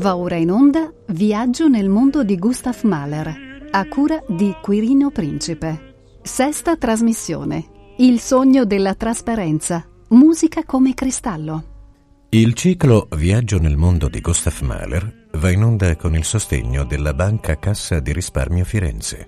Va ora in onda Viaggio nel mondo di Gustav Mahler, a cura di Quirino Principe. Sesta trasmissione. Il sogno della trasparenza. Musica come cristallo. Il ciclo Viaggio nel mondo di Gustav Mahler va in onda con il sostegno della Banca Cassa di Risparmio Firenze.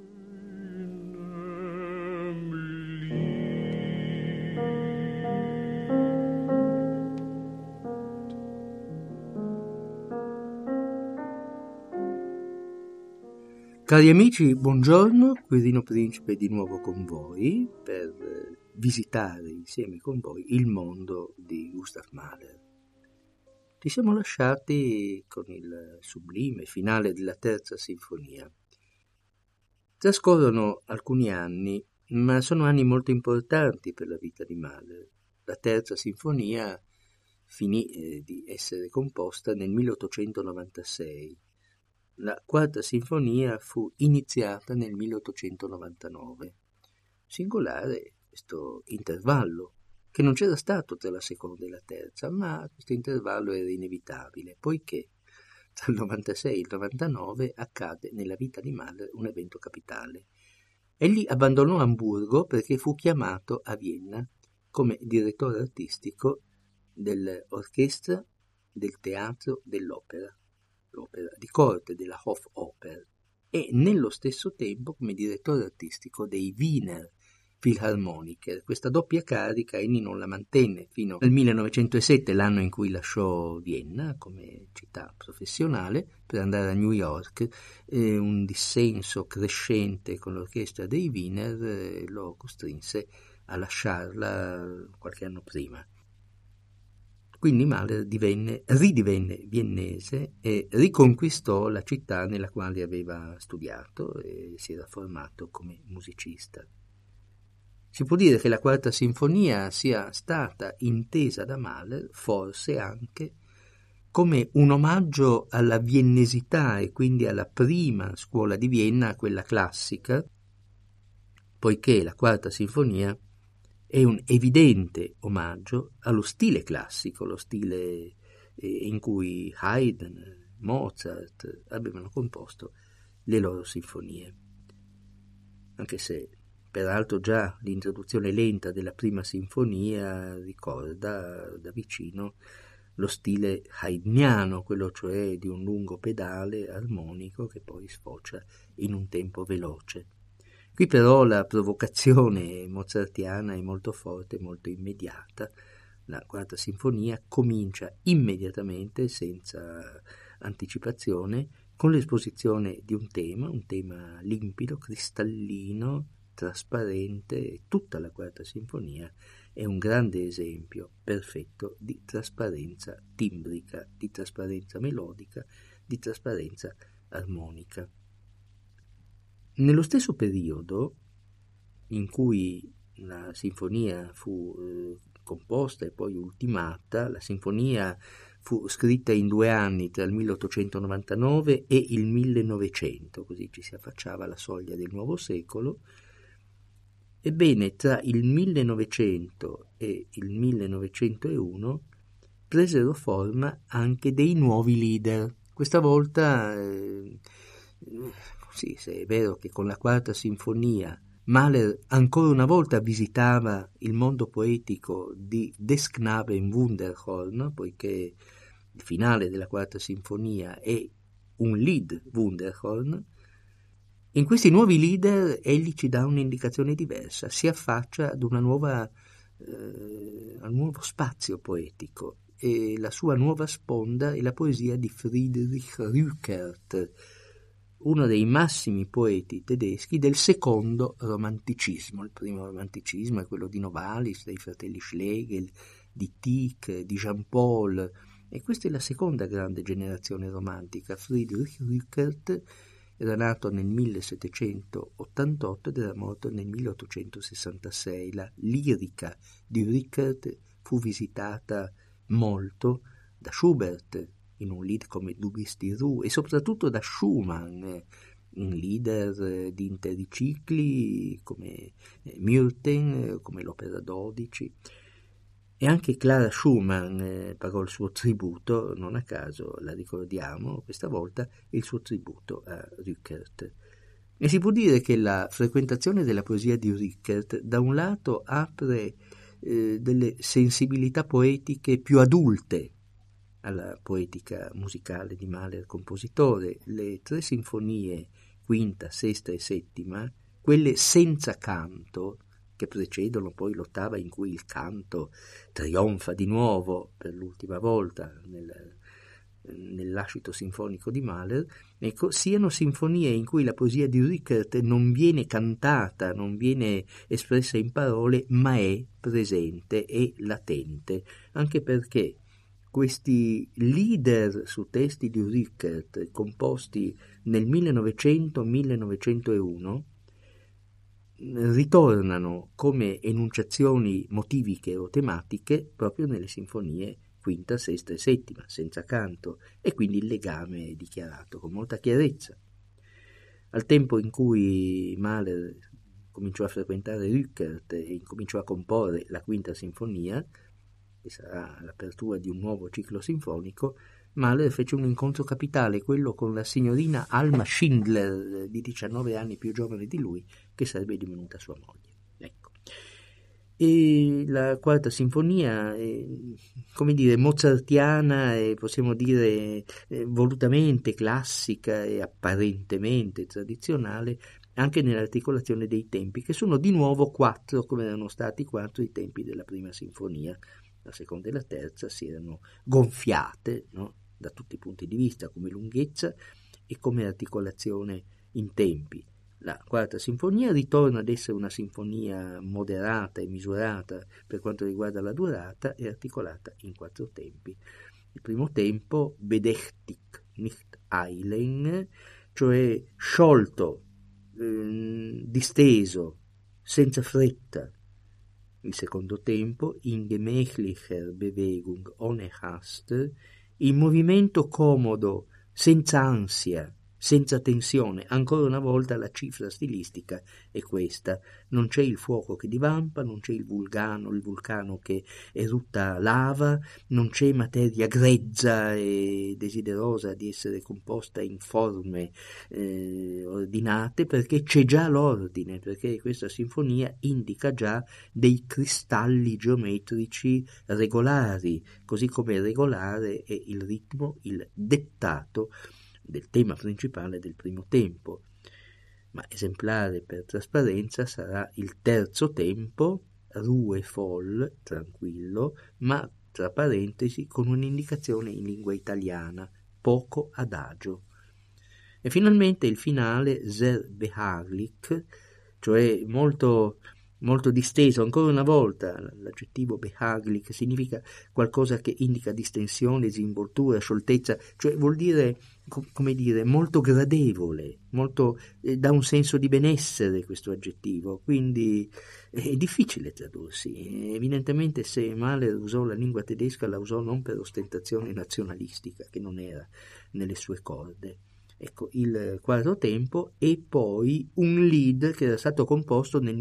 Cari amici, buongiorno, Quirino Principe di nuovo con voi per visitare insieme con voi il mondo di Gustav Mahler. Ci siamo lasciati con il sublime finale della terza sinfonia. Trascorrono alcuni anni, ma sono anni molto importanti per la vita di Mahler. La terza sinfonia finì di essere composta nel 1896. La quarta sinfonia fu iniziata nel 1899. Singolare questo intervallo, che non c'era stato tra la seconda e la terza, ma questo intervallo era inevitabile, poiché tra il 96 e il 99 accade nella vita di Mahler un evento capitale. Egli abbandonò Amburgo perché fu chiamato a Vienna come direttore artistico dell'orchestra del teatro dell'opera, l'opera di corte della Hofoper, e nello stesso tempo come direttore artistico dei Wiener Philharmoniker. Questa doppia carica egli non la mantenne fino al 1907, l'anno in cui lasciò Vienna come città professionale per andare a New York. Un dissenso crescente con l'orchestra dei Wiener lo costrinse a lasciarla qualche anno prima. Quindi Mahler ridivenne viennese e riconquistò la città nella quale aveva studiato e si era formato come musicista. Si può dire che la quarta sinfonia sia stata intesa da Mahler forse anche come un omaggio alla viennesità e quindi alla prima scuola di Vienna, quella classica, poiché la quarta sinfonia è un evidente omaggio allo stile classico, lo stile in cui Haydn, Mozart avevano composto le loro sinfonie. Anche se, peraltro, già l'introduzione lenta della prima sinfonia ricorda da vicino lo stile haydniano, quello cioè di un lungo pedale armonico che poi sfocia in un tempo veloce. Qui però la provocazione mozartiana è molto forte, molto immediata. La quarta sinfonia comincia immediatamente, senza anticipazione, con l'esposizione di un tema limpido, cristallino, trasparente, e tutta la quarta sinfonia è un grande esempio perfetto di trasparenza timbrica, di trasparenza melodica, di trasparenza armonica. Nello stesso periodo in cui la sinfonia fu composta e poi ultimata, la sinfonia fu scritta in 2 anni, tra il 1899 e il 1900, così ci si affacciava alla soglia del nuovo secolo. Ebbene, tra il 1900 e il 1901 presero forma anche dei nuovi leader. Questa volta sì, se è vero che con la quarta sinfonia Mahler ancora una volta visitava il mondo poetico di Des Knaben Wunderhorn, poiché il finale della quarta sinfonia è un Lied Wunderhorn. In questi nuovi leader egli ci dà un'indicazione diversa, si affaccia ad una nuova, al nuovo spazio poetico, e la sua nuova sponda è la poesia di Friedrich Rückert, uno dei massimi poeti tedeschi del secondo romanticismo. Il primo romanticismo è quello di Novalis, dei fratelli Schlegel, di Tieck, di Jean Paul, e questa è la seconda grande generazione romantica. Friedrich Rückert era nato nel 1788 ed era morto nel 1866. La lirica di Rückert fu visitata molto da Schubert in un lead come Du bist die Ruhe, e soprattutto da Schumann in leader di interi cicli come Myrten, come l'opera 12. E anche Clara Schumann pagò il suo tributo, non a caso la ricordiamo questa volta, il suo tributo a Rückert. E si può dire che la frequentazione della poesia di Rückert da un lato apre delle sensibilità poetiche più adulte alla poetica musicale di Mahler compositore. Le 3 sinfonie, quinta, sesta e settima, quelle senza canto, che precedono poi l'ottava in cui il canto trionfa di nuovo per l'ultima volta nell'ascito sinfonico di Mahler, ecco, siano sinfonie in cui la poesia di Rückert non viene cantata, non viene espressa in parole, ma è presente, è latente, anche perché questi leader su testi di Rückert composti nel 1900-1901 ritornano come enunciazioni motiviche o tematiche proprio nelle sinfonie quinta, sesta e settima, senza canto, e quindi il legame è dichiarato con molta chiarezza. Al tempo in cui Mahler cominciò a frequentare Rückert e incominciò a comporre la quinta sinfonia, che sarà l'apertura di un nuovo ciclo sinfonico, Mahler fece un incontro capitale, quello con la signorina Alma Schindler, di 19 anni più giovane di lui, che sarebbe divenuta sua moglie. Ecco. E la quarta sinfonia è, come dire, mozartiana e possiamo dire volutamente classica e apparentemente tradizionale, anche nell'articolazione dei tempi, che sono di nuovo 4, come erano stati 4 i tempi della prima sinfonia. La seconda e la terza si erano gonfiate, no? Da tutti i punti di vista, come lunghezza e come articolazione in tempi. La quarta sinfonia ritorna ad essere una sinfonia moderata e misurata per quanto riguarda la durata e articolata in 4 tempi. Il primo tempo, bedächtig, nicht eilen, cioè sciolto, disteso, senza fretta. Il secondo tempo, in gemächlicher Bewegung ohne Hast, in movimento comodo, senza ansia, senza tensione. Ancora una volta la cifra stilistica è questa: non c'è il fuoco che divampa, non c'è il vulcano che erutta lava, non c'è materia grezza e desiderosa di essere composta in forme ordinate, perché c'è già l'ordine, perché questa sinfonia indica già dei cristalli geometrici regolari, così come regolare è il ritmo, il dettato del tema principale del primo tempo. Ma esemplare per trasparenza sarà il terzo tempo, ruhevoll, tranquillo, ma tra parentesi con un'indicazione in lingua italiana, poco adagio. E finalmente il finale, sehr behaglich, cioè molto disteso. Ancora una volta l'aggettivo behaglich significa qualcosa che indica distensione, disinvoltura, scioltezza, cioè vuol dire, come dire, molto gradevole, molto dà un senso di benessere questo aggettivo, quindi è difficile tradursi. Evidentemente se Mahler usò la lingua tedesca la usò non per ostentazione nazionalistica, che non era nelle sue corde. Ecco, il quarto tempo, e poi un lead che era stato composto nel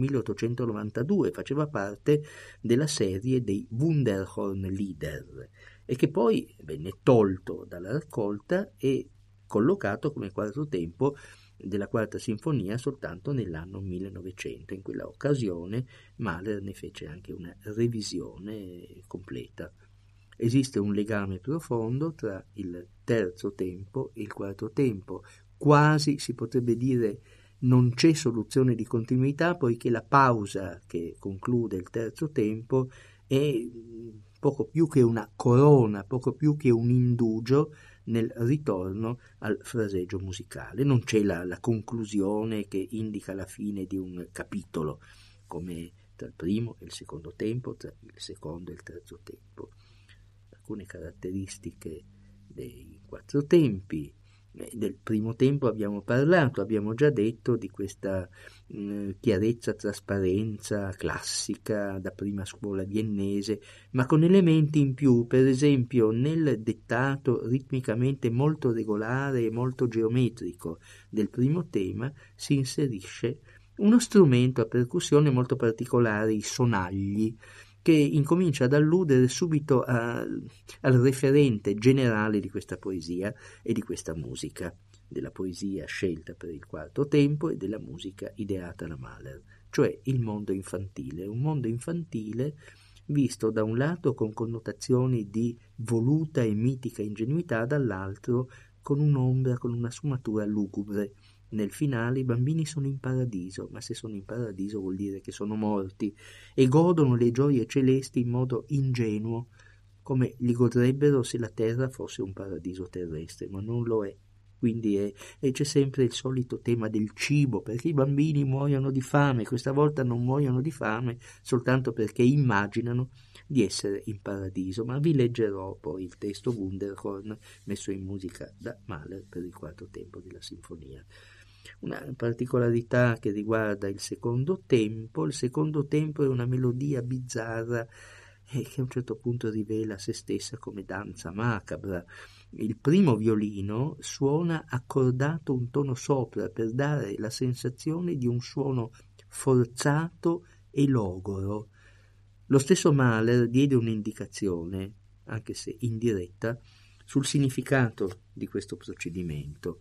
1892, faceva parte della serie dei Wunderhorn-Lieder e che poi venne tolto dalla raccolta e collocato come quarto tempo della quarta sinfonia soltanto nell'anno 1900. In quella occasione Mahler ne fece anche una revisione completa. Esiste un legame profondo tra il terzo tempo e il quarto tempo, quasi si potrebbe dire non c'è soluzione di continuità, poiché la pausa che conclude il terzo tempo è poco più che una corona, poco più che un indugio nel ritorno al fraseggio musicale. Non c'è la conclusione che indica la fine di un capitolo, come tra il primo e il secondo tempo, tra il secondo e il terzo tempo. Alcune caratteristiche dei 4 tempi. Del primo tempo abbiamo parlato, abbiamo già detto di questa chiarezza, trasparenza classica da prima scuola viennese, ma con elementi in più. Per esempio, nel dettato ritmicamente molto regolare e molto geometrico del primo tema si inserisce uno strumento a percussione molto particolare, i sonagli, che incomincia ad alludere subito al referente generale di questa poesia e di questa musica, della poesia scelta per il quarto tempo e della musica ideata da Mahler, cioè il mondo infantile, un mondo infantile visto da un lato con connotazioni di voluta e mitica ingenuità, dall'altro con un'ombra, con una sfumatura lugubre. Nel finale i bambini sono in paradiso, ma se sono in paradiso vuol dire che sono morti e godono le gioie celesti in modo ingenuo, come li godrebbero se la terra fosse un paradiso terrestre, ma non lo è. Quindi e c'è sempre il solito tema del cibo, perché i bambini muoiono di fame, questa volta non muoiono di fame soltanto perché immaginano di essere in paradiso, ma vi leggerò poi il testo Wunderhorn messo in musica da Mahler per il quarto tempo della sinfonia. Una particolarità che riguarda il secondo tempo è una melodia bizzarra che a un certo punto rivela se stessa come danza macabra. Il primo violino suona accordato un tono sopra per dare la sensazione di un suono forzato e logoro. Lo stesso Mahler diede un'indicazione, anche se indiretta, sul significato di questo procedimento.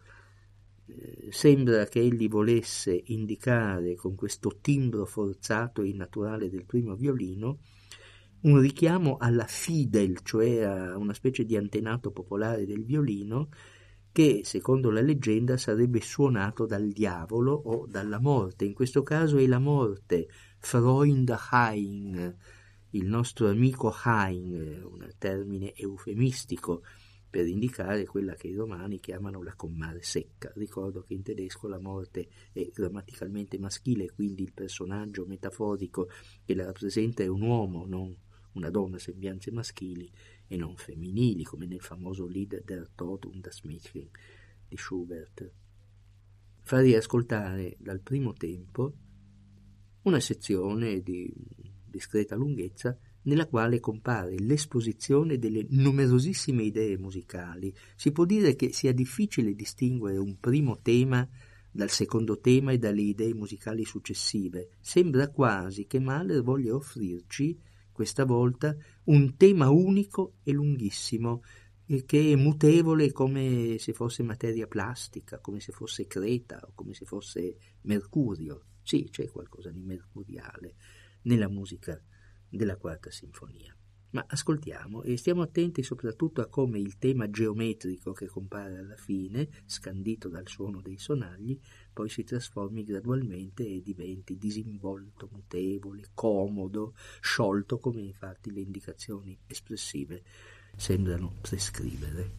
Sembra che egli volesse indicare con questo timbro forzato e innaturale del primo violino un richiamo alla Fidel, cioè a una specie di antenato popolare del violino che, secondo la leggenda, sarebbe suonato dal diavolo o dalla morte. In questo caso è la morte, Freund Hein, il nostro amico Hein, un termine eufemistico per indicare quella che i romani chiamano la comare secca. Ricordo che in tedesco la morte è grammaticalmente maschile, quindi il personaggio metaforico che la rappresenta è un uomo, non una donna, sembianze maschili e non femminili, come nel famoso Lied der Tod und das Mädchen di Schubert. Farei ascoltare dal primo tempo una sezione di discreta lunghezza nella quale compare l'esposizione delle numerosissime idee musicali. Si può dire che sia difficile distinguere un primo tema dal secondo tema e dalle idee musicali successive. Sembra quasi che Mahler voglia offrirci questa volta un tema unico e lunghissimo, che è mutevole come se fosse materia plastica, come se fosse creta o come se fosse mercurio. Sì, c'è qualcosa di mercuriale nella musica della quarta sinfonia. Ma ascoltiamo e stiamo attenti soprattutto a come il tema geometrico che compare alla fine, scandito dal suono dei sonagli, poi si trasformi gradualmente e diventi disinvolto, mutevole, comodo, sciolto, come infatti le indicazioni espressive sembrano prescrivere.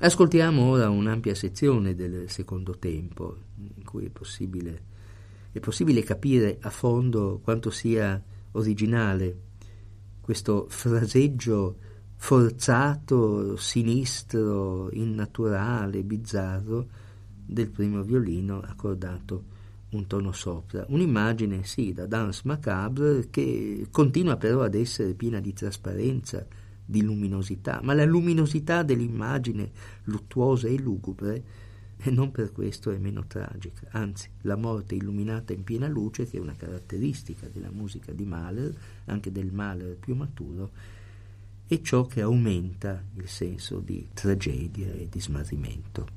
Ascoltiamo ora un'ampia sezione del secondo tempo, in cui è possibile capire a fondo quanto sia originale questo fraseggio forzato, sinistro, innaturale, bizzarro del primo violino accordato un tono sopra. Un'immagine, sì, da danse macabre, che continua però ad essere piena di trasparenza, di luminosità, ma la luminosità dell'immagine luttuosa e lugubre non per questo è meno tragica, anzi la morte illuminata in piena luce, che è una caratteristica della musica di Mahler, anche del Mahler più maturo, è ciò che aumenta il senso di tragedia e di smarrimento.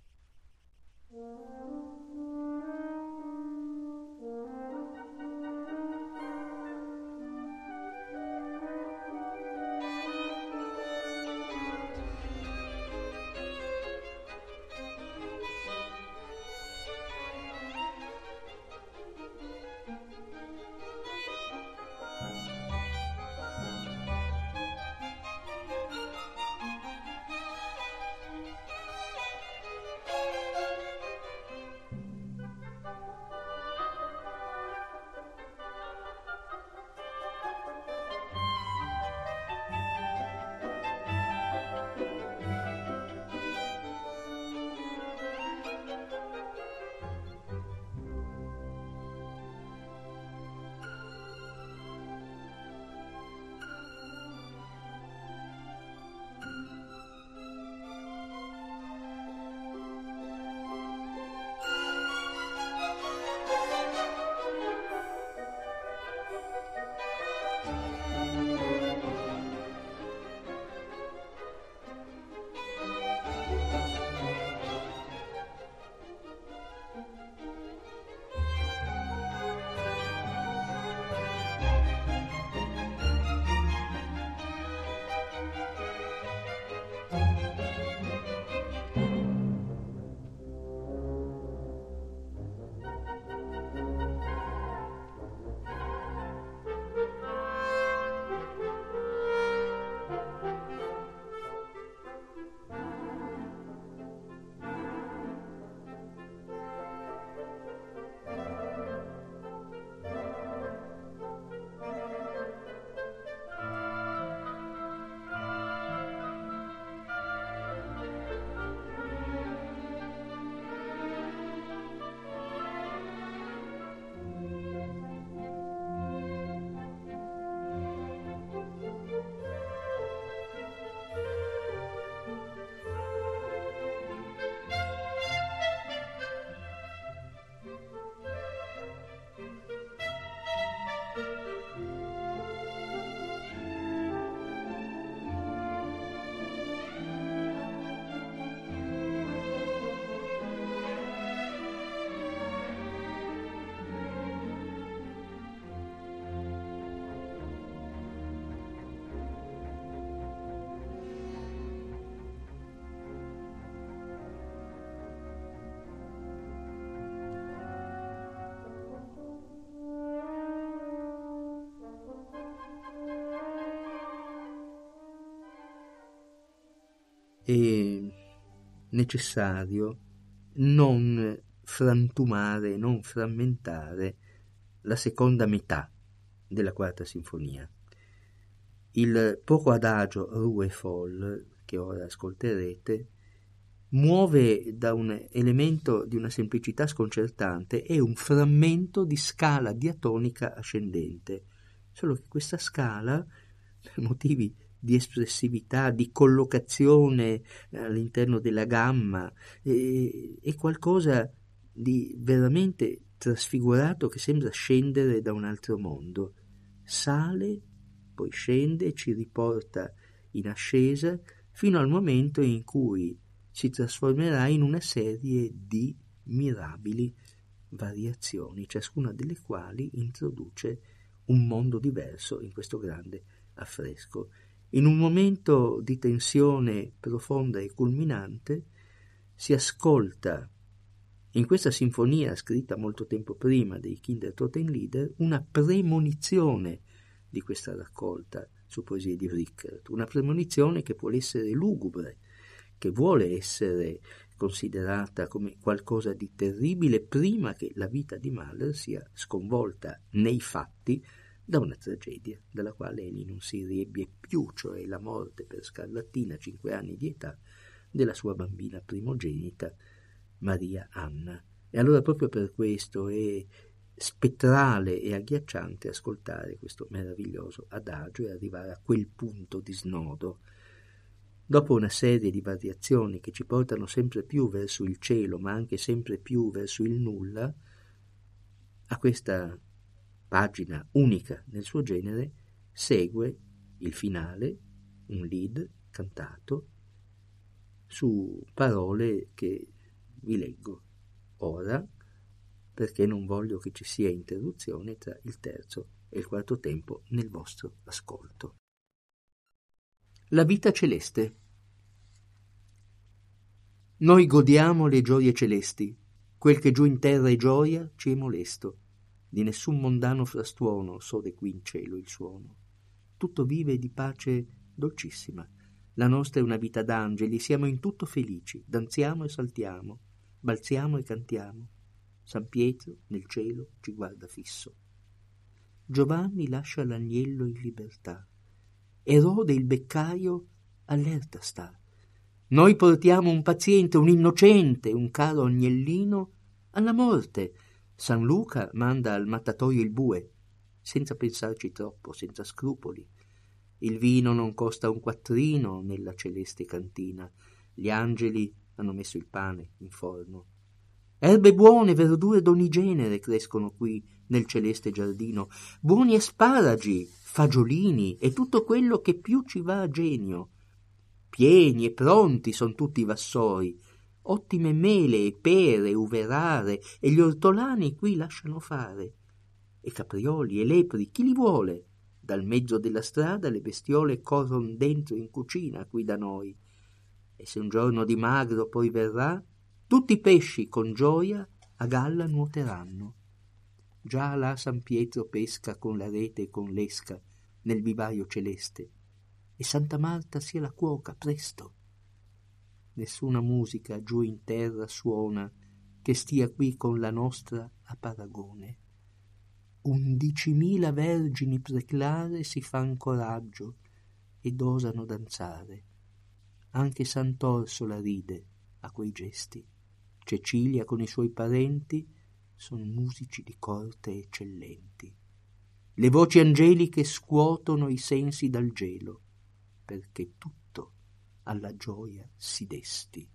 È necessario non frantumare, non frammentare la seconda metà della quarta sinfonia. Il poco adagio Ruhe voll, che ora ascolterete, muove da un elemento di una semplicità sconcertante e un frammento di scala diatonica ascendente, solo che questa scala, per motivi di espressività, di collocazione all'interno della gamma, è qualcosa di veramente trasfigurato che sembra scendere da un altro mondo. Sale, poi scende e ci riporta in ascesa fino al momento in cui si trasformerà in una serie di mirabili variazioni, ciascuna delle quali introduce un mondo diverso in questo grande affresco. In un momento di tensione profonda e culminante si ascolta in questa sinfonia, scritta molto tempo prima dei Kindertotenlieder, una premonizione di questa raccolta su poesie di Rickert, una premonizione che vuole essere lugubre, che vuole essere considerata come qualcosa di terribile prima che la vita di Mahler sia sconvolta nei fatti da una tragedia dalla quale egli non si riebbe più, cioè la morte per scarlattina a 5 anni di età della sua bambina primogenita Maria Anna. E allora proprio per questo è spettrale e agghiacciante ascoltare questo meraviglioso adagio e arrivare a quel punto di snodo. Dopo una serie di variazioni che ci portano sempre più verso il cielo, ma anche sempre più verso il nulla, a questa pagina unica nel suo genere segue il finale, un lead cantato su parole che vi leggo ora, perché non voglio che ci sia interruzione tra il terzo e il quarto tempo nel vostro ascolto. La vita celeste. Noi godiamo le gioie celesti, quel che giù in terra è gioia ci è molesto, di nessun mondano frastuono sode qui in cielo il suono. Tutto vive di pace dolcissima, la nostra è una vita d'angeli, siamo in tutto felici, danziamo e saltiamo, balziamo e cantiamo. San Pietro nel cielo ci guarda fisso. Giovanni lascia l'agnello in libertà, Erode il beccaio allerta sta. Noi portiamo un paziente, un innocente, un caro agnellino alla morte. San Luca manda al mattatoio il bue, senza pensarci troppo, senza scrupoli. Il vino non costa un quattrino nella celeste cantina. Gli angeli hanno messo il pane in forno. Erbe buone, verdure d'ogni genere crescono qui nel celeste giardino. Buoni asparagi, fagiolini e tutto quello che più ci va a genio. Pieni e pronti son tutti i vassoi, ottime mele e pere, uverare, e gli ortolani qui lasciano fare. E caprioli e lepri, chi li vuole? Dal mezzo della strada le bestiole corron dentro in cucina qui da noi. E se un giorno di magro poi verrà, tutti i pesci con gioia a galla nuoteranno. Già là San Pietro pesca con la rete e con l'esca nel vivaio celeste, e Santa Marta sia la cuoca presto. Nessuna musica giù in terra suona che stia qui con la nostra a paragone. 11.000 vergini preclare si fan coraggio ed osano danzare. Anche Sant'Orsola ride a quei gesti. Cecilia con i suoi parenti son musici di corte eccellenti. Le voci angeliche scuotono i sensi dal gelo, perché tutto alla gioia si desti.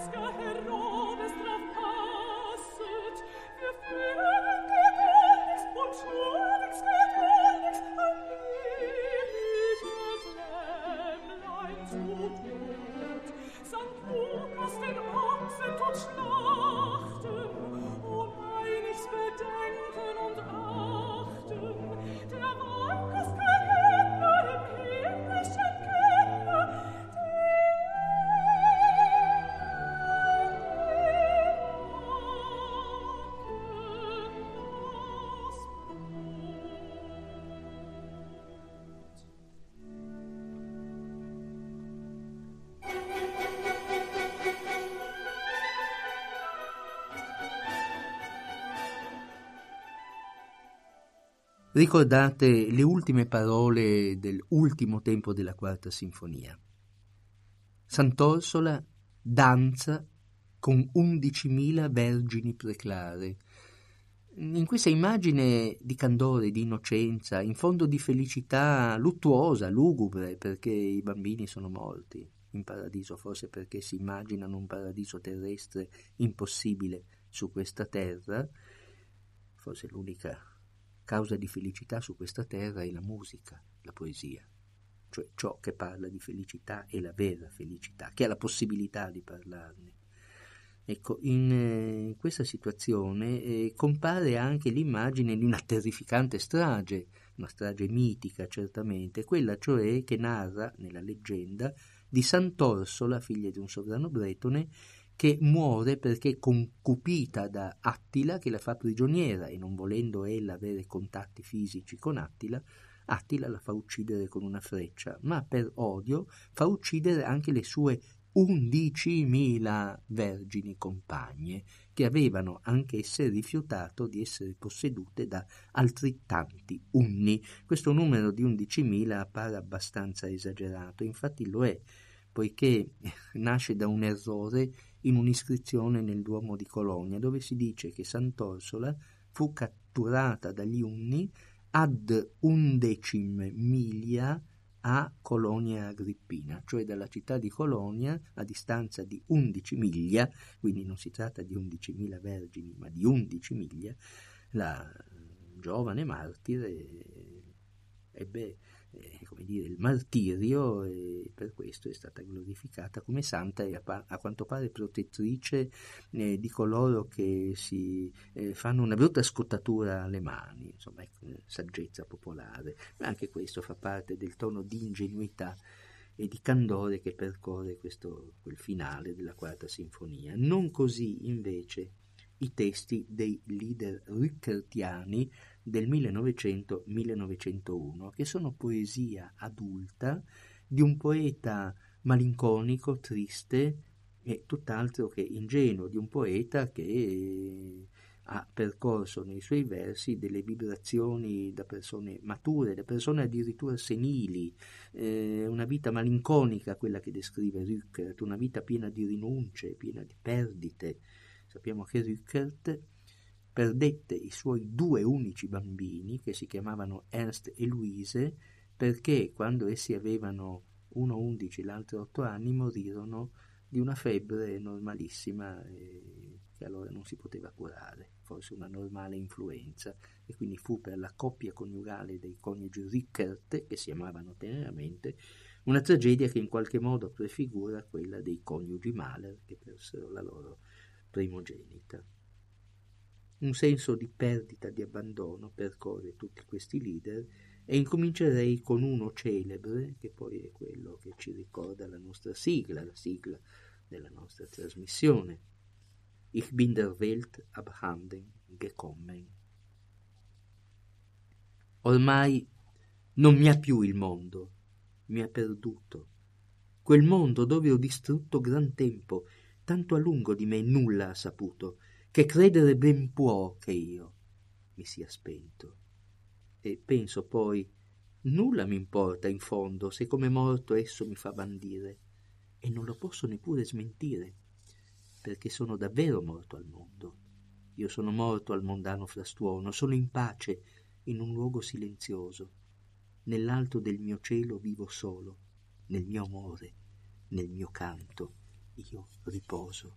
Ricordate le ultime parole dell'ultimo tempo della quarta sinfonia. Sant'Orsola danza con 11.000 vergini preclare. In questa immagine di candore, di innocenza, in fondo di felicità luttuosa, lugubre, perché i bambini sono morti in paradiso, forse perché si immaginano un paradiso terrestre impossibile su questa terra. Forse l'unica causa di felicità su questa terra è la musica, la poesia, cioè ciò che parla di felicità è la vera felicità, che ha la possibilità di parlarne. Ecco, in questa situazione compare anche l'immagine di una terrificante strage, una strage mitica certamente, quella cioè che narra nella leggenda di Sant'Orsola, figlia di un sovrano bretone, che muore perché concupita da Attila, che la fa prigioniera, e non volendo ella avere contatti fisici con Attila, Attila la fa uccidere con una freccia, ma per odio fa uccidere anche le sue 11.000 vergini compagne, che avevano anch'esse rifiutato di essere possedute da altrettanti unni. Questo numero di 11.000 appare abbastanza esagerato, infatti lo è, poiché nasce da un errore in un'iscrizione nel Duomo di Cologna, dove si dice che Sant'Orsola fu catturata dagli Unni ad 11 miglia a Colonia Agrippina, cioè dalla città di Colonia a distanza di 11 miglia, quindi non si tratta di 11.000 vergini, ma di 11 miglia, la giovane martire ebbe come dire, il martirio, e per questo è stata glorificata come santa e a quanto pare protettrice di coloro che si fanno una brutta scottatura alle mani, insomma, saggezza popolare. Ma anche questo fa parte del tono di ingenuità e di candore che percorre quel finale della quarta sinfonia. Non così invece i testi dei lieder rickertiani del 1900-1901, che sono poesia adulta di un poeta malinconico, triste e tutt'altro che ingenuo, di un poeta che ha percorso nei suoi versi delle vibrazioni da persone mature, da persone addirittura senili, una vita malinconica quella che descrive Rückert, una vita piena di rinunce, piena di perdite. Sappiamo che Rückert perdette i suoi 2 unici bambini, che si chiamavano Ernst e Luise, perché quando essi avevano uno 11 e l'altro 8 anni morirono di una febbre normalissima che allora non si poteva curare, forse una normale influenza, e quindi fu per la coppia coniugale dei coniugi Rückert, che si amavano teneramente, una tragedia che in qualche modo prefigura quella dei coniugi Mahler, che persero la loro primogenita. Un senso di perdita, di abbandono percorre tutti questi leader, e incomincerei con uno celebre, che poi è quello che ci ricorda la nostra sigla, la sigla della nostra trasmissione. Ich bin der Welt abhanden gekommen. Ormai non mi ha più il mondo, mi ha perduto. Quel mondo dove ho distrutto gran tempo, tanto a lungo di me nulla ha saputo, che credere ben può che io mi sia spento. E penso poi, nulla mi importa in fondo se come morto esso mi fa bandire, e non lo posso neppure smentire, perché sono davvero morto al mondo. Io sono morto al mondano frastuono, sono in pace in un luogo silenzioso. Nell'alto del mio cielo vivo solo, nel mio amore, nel mio canto, io riposo.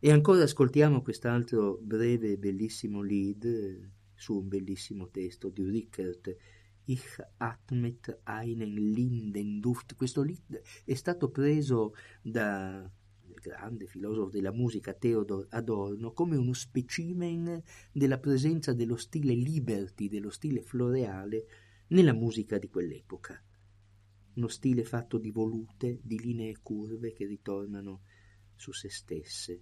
E ancora ascoltiamo quest'altro breve e bellissimo Lied su un bellissimo testo di Rickert, Ich atmet einen Lindenduft. Questo Lied è stato preso da grande filosofo della musica Theodor Adorno come uno specimen della presenza dello stile liberty, dello stile floreale nella musica di quell'epoca. Uno stile fatto di volute, di linee curve che ritornano su se stesse.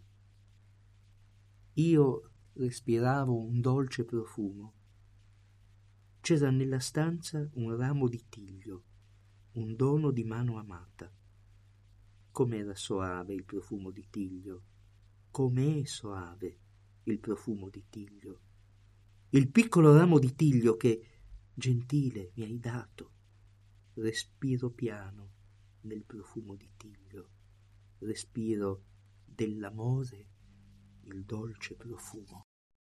Io respiravo un dolce profumo. C'era nella stanza un ramo di tiglio, un dono di mano amata. Com'era soave il profumo di tiglio, com'è soave il profumo di tiglio. Il piccolo ramo di tiglio che, gentile, mi hai dato. Respiro piano nel profumo di tiglio, respiro dell'amore il dolce profumo.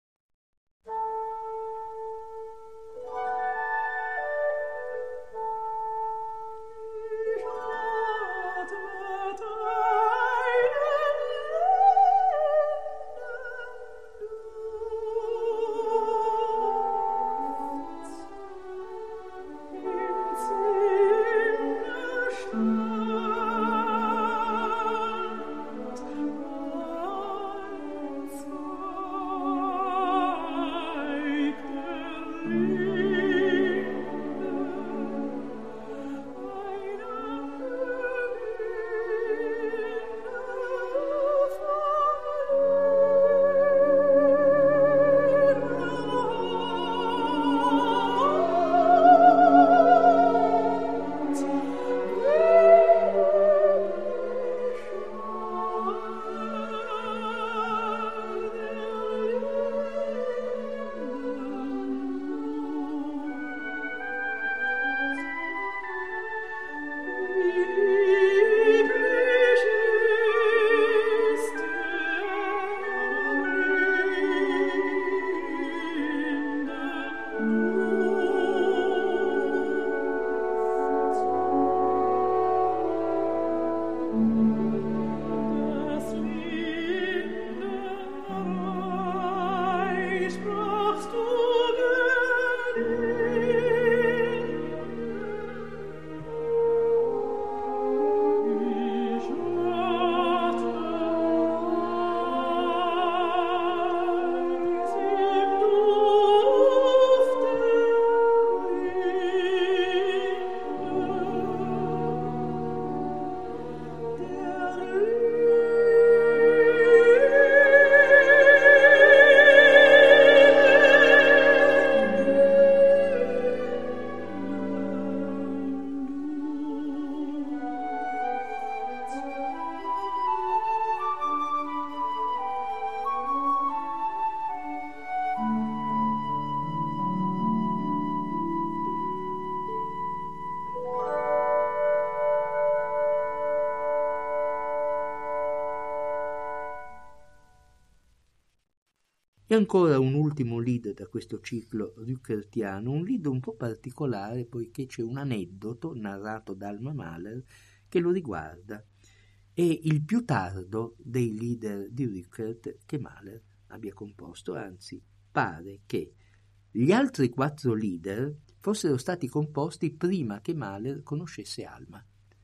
E ancora un ultimo Lied da questo ciclo rickertiano, un Lied un po' particolare poiché c'è un aneddoto narrato da Alma Mahler che lo riguarda. È il più tardo dei Lieder di Rickert che Mahler abbia composto, anzi pare che gli altri 4 Lieder fossero stati composti prima che Mahler conoscesse Alma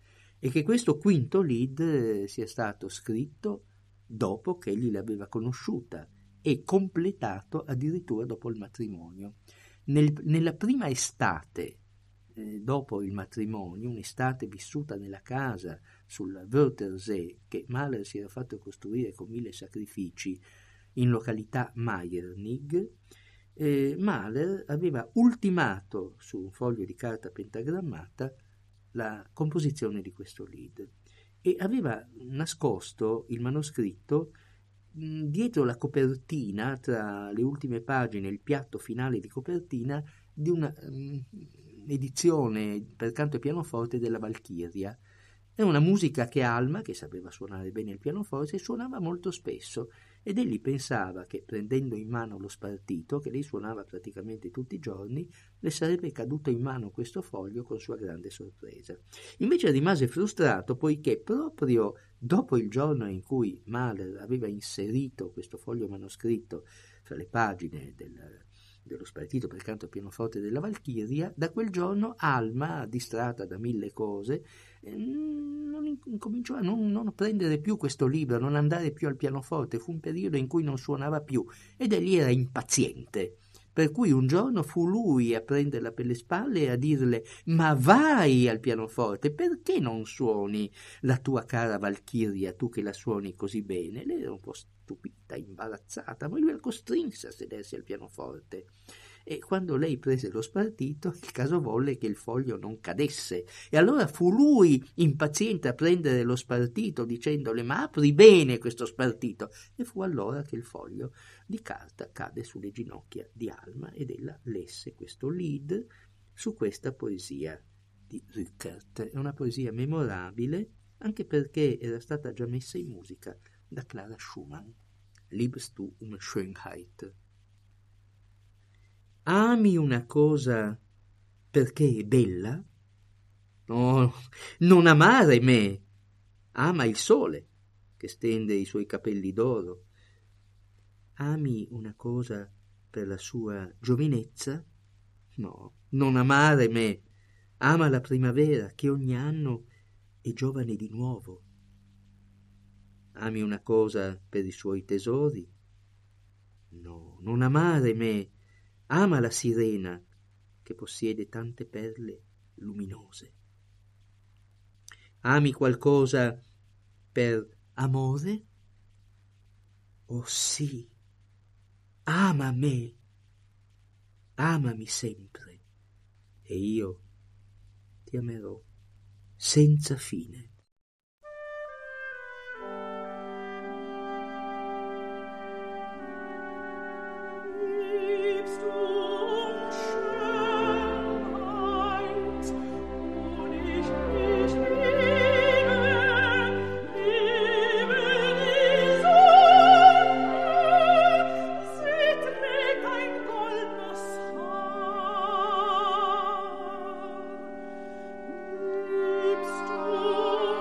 e che questo quinto Lied sia stato scritto dopo che egli l'aveva conosciuta e completato addirittura dopo il matrimonio. Nella prima estate dopo il matrimonio, un'estate vissuta nella casa sul Wörthersee che Mahler si era fatto costruire con 1000 sacrifici in località Meiernig, Mahler aveva ultimato su un foglio di carta pentagrammata la composizione di questo Lied e aveva nascosto il manoscritto dietro la copertina, tra le ultime pagine e il piatto finale di copertina di una edizione per canto e pianoforte della Valchiria. È una musica che Alma, che sapeva suonare bene il pianoforte, suonava molto spesso ed egli pensava che prendendo in mano lo spartito, che lei suonava praticamente tutti i giorni, le sarebbe caduto in mano questo foglio con sua grande sorpresa. Invece rimase frustrato poiché proprio Dopo il giorno in cui Mahler aveva inserito questo foglio manoscritto fra le pagine dello spartito per canto al pianoforte della Valchiria, da quel giorno Alma, distratta da mille cose, cominciò a non prendere più questo libro, a non andare più al pianoforte. Fu un periodo in cui non suonava più ed egli era impaziente. Per cui un giorno fu lui a prenderla per le spalle e a dirle: «Ma vai al pianoforte, perché non suoni la tua cara Valchiria, tu che la suoni così bene?» Lei era un po' stupita, imbarazzata, ma lui la costrinse a sedersi al pianoforte. E quando lei prese lo spartito, il caso volle che il foglio non cadesse, e allora fu lui impaziente a prendere lo spartito, dicendole: «Ma apri bene questo spartito!» E fu allora che il foglio di carta cade sulle ginocchia di Alma ed ella lesse questo Lied su questa poesia di Rückert. È una poesia memorabile anche perché era stata già messa in musica da Clara Schumann. Liebst du Schönheit? Ami una cosa perché è bella? No, non amare me. Ama il sole che stende i suoi capelli d'oro. Ami una cosa per la sua giovinezza? No, non amare me. Ama la primavera che ogni anno è giovane di nuovo. Ami una cosa per i suoi tesori? No, non amare me. Ama la sirena che possiede tante perle luminose. Ami qualcosa per amore? Oh sì, ama me, amami sempre e io ti amerò senza fine. Liebst du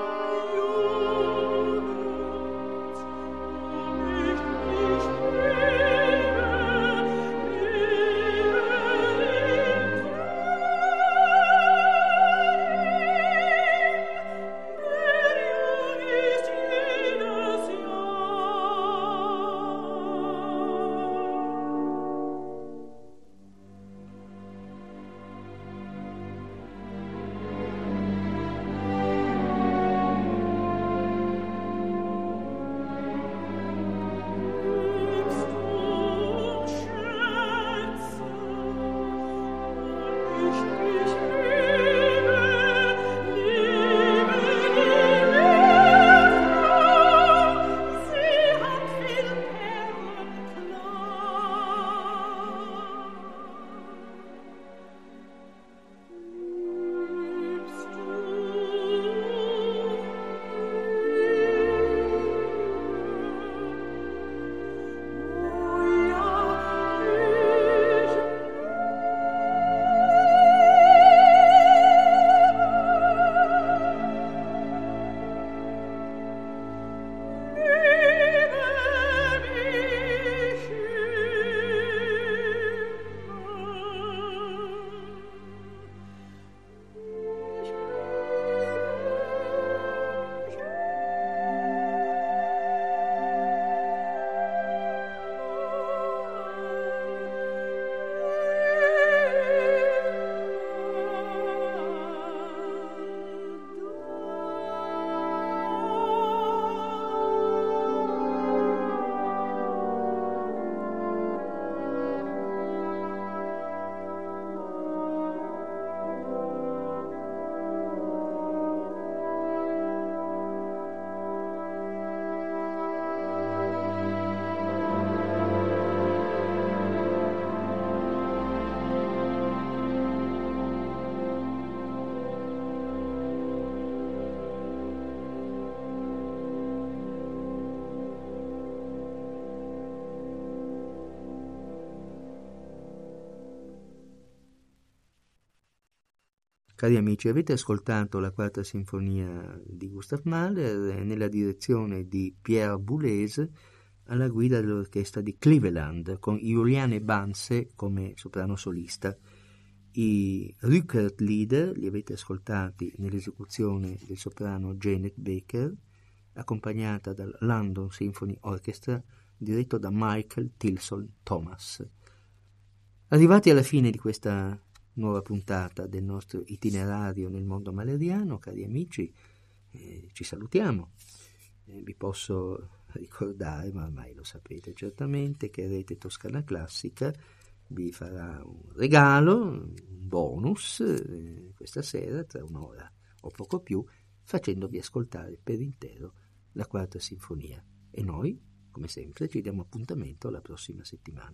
Cari amici, avete ascoltato la quarta sinfonia di Gustav Mahler nella direzione di Pierre Boulez, alla guida dell'orchestra di Cleveland, con Juliane Banse come soprano solista. I Rückert-Lieder li avete ascoltati nell'esecuzione del soprano Janet Baker, accompagnata dal London Symphony Orchestra, diretto da Michael Tilson Thomas. Arrivati alla fine di questa nuova puntata del nostro itinerario nel mondo mahleriano, cari amici, ci salutiamo. Vi posso ricordare, ma ormai lo sapete certamente, che Rete Toscana Classica vi farà un regalo, un bonus, questa sera, tra un'ora o poco più, facendovi ascoltare per intero la quarta sinfonia. E noi, come sempre, ci diamo appuntamento la prossima settimana.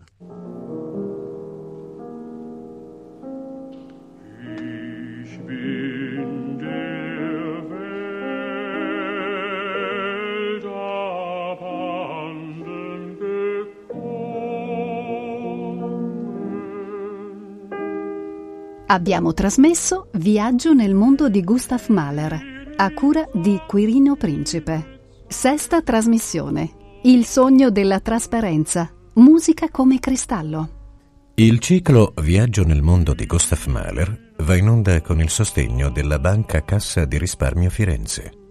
Ich bin der Welt abhanden gekommen. Abbiamo trasmesso Viaggio nel mondo di Gustav Mahler, a cura di Quirino Principe. Sesta trasmissione. Il sogno della trasparenza. Musica come cristallo. Il ciclo Viaggio nel mondo di Gustav Mahler va in onda con il sostegno della Banca Cassa di Risparmio Firenze.